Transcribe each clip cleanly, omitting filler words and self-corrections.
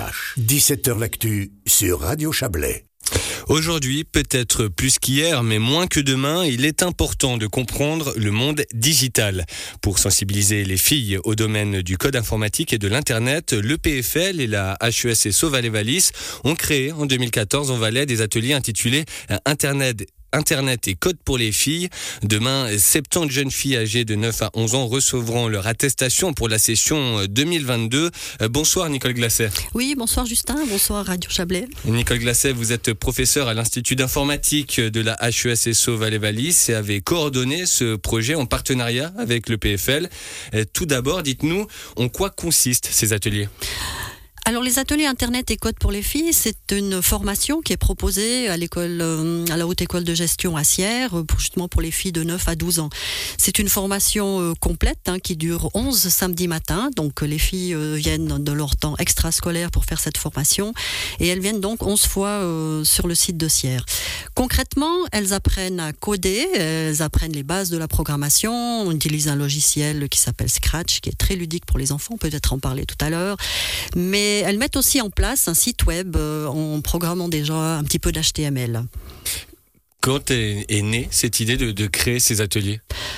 RVVH. 17h l'actu sur Radio Chablais. Aujourd'hui, peut-être plus qu'hier, mais moins que demain, il est important de comprendre le monde digital. Pour sensibiliser les filles au domaine du code informatique et de l'Internet, l'EPFL et la HESSO Valais-Wallis ont créé en 2014 en Valais des ateliers intitulés Internet et code pour les filles. Demain, 70 jeunes filles âgées de 9 à 11 ans recevront leur attestation pour la session 2022. Bonsoir Nicole Glasset. Oui, bonsoir Justin, bonsoir Radio Chablais. Nicole Glasset, vous êtes professeure à l'Institut d'informatique de la HESSO Valais-Wallis et avez coordonné ce projet en partenariat avec le PFL. Tout d'abord, dites-nous en quoi consistent ces ateliers ? Alors les ateliers Internet et code pour les filles, c'est une formation qui est proposée à l'école, à la Haute École de Gestion à Sierre, justement pour les filles de 9 à 12 ans. C'est une formation complète qui dure 11 samedis matins, donc les filles viennent de leur temps extrascolaire pour faire cette formation et elles viennent donc 11 fois sur le site de Sierre. Concrètement, elles apprennent à coder, elles apprennent les bases de la programmation, on utilise un logiciel qui s'appelle Scratch, qui est très ludique pour les enfants, peut-être en parler tout à l'heure, mais elles mettent aussi en place un site web en programmant déjà un petit peu d'HTML. Quand est née cette idée de créer ces ateliers ?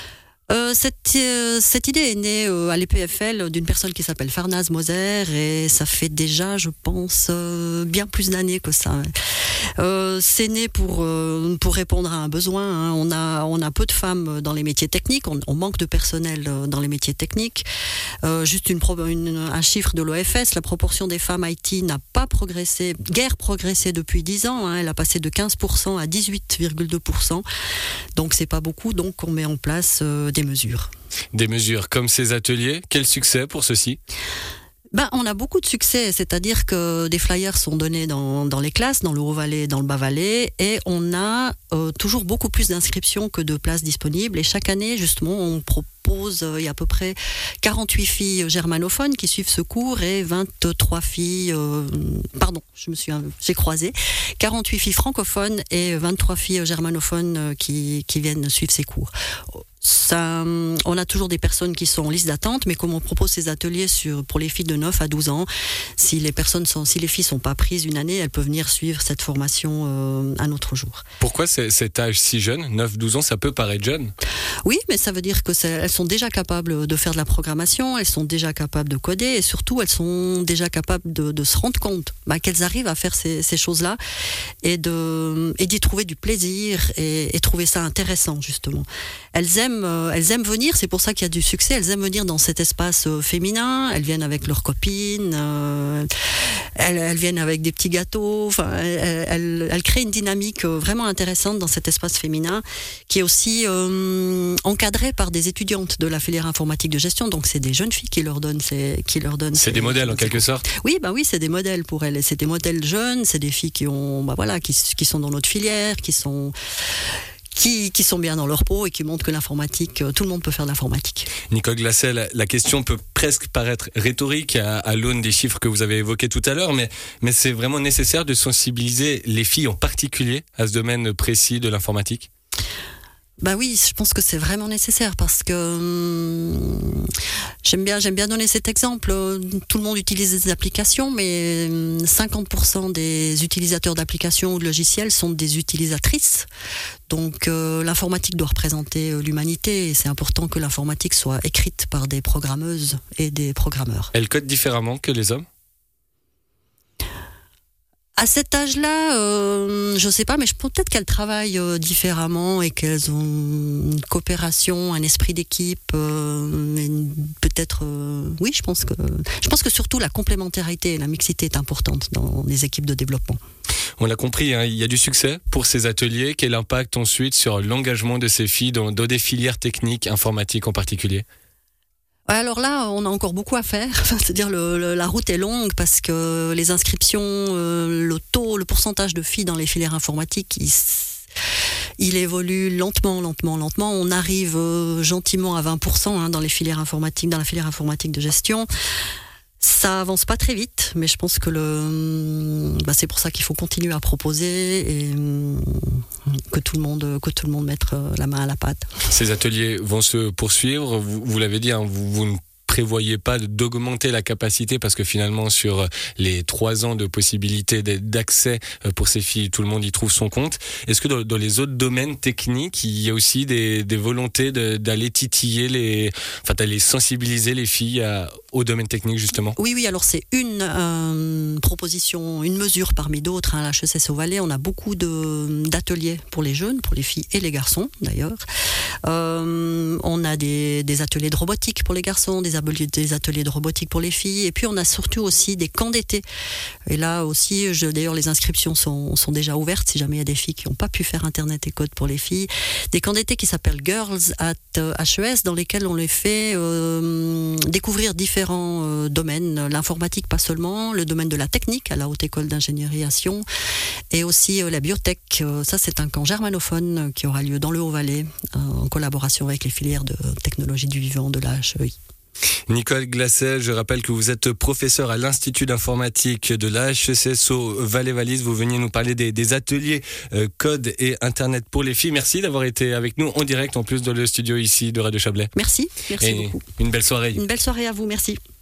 Cette idée est née à l'EPFL d'une personne qui s'appelle Farnaz Moser et ça fait déjà, je pense, bien plus d'années que ça. C'est né pour répondre à un besoin. On a peu de femmes dans les métiers techniques, on manque de personnel dans les métiers techniques. Juste un chiffre de l'OFS, la proportion des femmes IT n'a pas guère progressé depuis 10 ans. Elle a passé de 15% à 18,2%. Donc c'est pas beaucoup, donc on met en place des mesures. Des mesures comme ces ateliers, quel succès pour ceux-ci ? On a beaucoup de succès, c'est-à-dire que des flyers sont donnés dans les classes, dans le Haut-Valais, dans le Bas-Valais, et on a toujours beaucoup plus d'inscriptions que de places disponibles. Et chaque année, justement, on propose, il y a à peu près 48 filles germanophones qui suivent ce cours et 23 filles, j'ai croisé, 48 filles francophones et 23 filles germanophones qui viennent suivre ces cours. On a toujours des personnes qui sont en liste d'attente, mais comme on propose ces ateliers pour les filles de 9 à 12 ans, si les filles sont pas prises une année, elles peuvent venir suivre cette formation un autre jour. Pourquoi cet âge si jeune, 9-12 ans, ça peut paraître jeune ? Oui, mais ça veut dire qu'elles sont déjà capables de faire de la programmation, elles sont déjà capables de coder et surtout elles sont déjà capables de se rendre compte qu'elles arrivent à faire ces choses-là et d'y trouver du plaisir et trouver ça intéressant justement. Elles aiment venir, c'est pour ça qu'il y a du succès, elles aiment venir dans cet espace féminin, elles viennent avec leurs copines, elles viennent avec des petits gâteaux, elles créent une dynamique vraiment intéressante dans cet espace féminin qui est aussi encadré par des étudiantes de la filière informatique de gestion, donc c'est des jeunes filles qui leur donnent C'est des modèles en quelque sorte. Oui, c'est des modèles pour elles, c'est des modèles jeunes, c'est des filles qui sont dans notre filière, qui sont bien dans leur peau et qui montrent que l'informatique, tout le monde peut faire de l'informatique. Nicole Glasset, la question peut presque paraître rhétorique à l'aune des chiffres que vous avez évoqués tout à l'heure, mais c'est vraiment nécessaire de sensibiliser les filles en particulier à ce domaine précis de l'informatique ? Oui, je pense que c'est vraiment nécessaire parce que j'aime bien donner cet exemple. Tout le monde utilise des applications, mais 50% des utilisateurs d'applications ou de logiciels sont des utilisatrices. Donc l'informatique doit représenter l'humanité et c'est important que l'informatique soit écrite par des programmeuses et des programmeurs. Elle code différemment que les hommes ? À cet âge-là, je sais pas, mais je pense peut-être qu'elles travaillent différemment et qu'elles ont une coopération, un esprit d'équipe, oui, je pense que surtout la complémentarité et la mixité est importante dans les équipes de développement. On l'a compris, il y a du succès pour ces ateliers. Quel impact ensuite sur l'engagement de ces filles dans des filières techniques, informatiques en particulier ? Alors là, on a encore beaucoup à faire. C'est-à-dire la route est longue parce que les inscriptions, le pourcentage de filles dans les filières informatiques, il évolue lentement. On arrive gentiment à 20% dans les filières informatiques, dans la filière informatique de gestion. Ça avance pas très vite, mais je pense que c'est pour ça qu'il faut continuer à proposer et que tout le monde mette la main à la pâte. Ces ateliers vont se poursuivre. Vous l'avez dit, vous ne prévoyez pas d'augmenter la capacité parce que finalement sur les 3 ans de possibilité d'accès pour ces filles, tout le monde y trouve son compte. Est-ce que dans les autres domaines techniques, il y a aussi des volontés d'aller titiller d'aller sensibiliser les filles au domaine technique justement? Oui, alors c'est une proposition, une mesure parmi d'autres. À l'HESS au Valais, on a beaucoup d'ateliers pour les jeunes, pour les filles et les garçons d'ailleurs. On a des ateliers de robotique pour les garçons, des ateliers de robotique pour les filles, et puis on a surtout aussi des camps d'été. Et là aussi, d'ailleurs, les inscriptions sont déjà ouvertes si jamais il y a des filles qui n'ont pas pu faire Internet et code pour les filles. Des camps d'été qui s'appellent Girls at HES, dans lesquels on les fait découvrir différents domaines, l'informatique pas seulement, le domaine de la technique à la Haute École d'Ingénierie à Sion, et aussi la biotech. Ça, c'est un camp germanophone qui aura lieu dans le Haut-Valais, en collaboration avec les filières de technologie du vivant de la HEI. Nicole Glasset, je rappelle que vous êtes professeur à l'Institut d'informatique de la HESS au Valais-Valise. Vous veniez nous parler des ateliers code et Internet pour les filles. Merci d'avoir été avec nous en direct, en plus dans le studio ici de Radio Chablais. Merci beaucoup. Une belle soirée. Une belle soirée à vous, merci.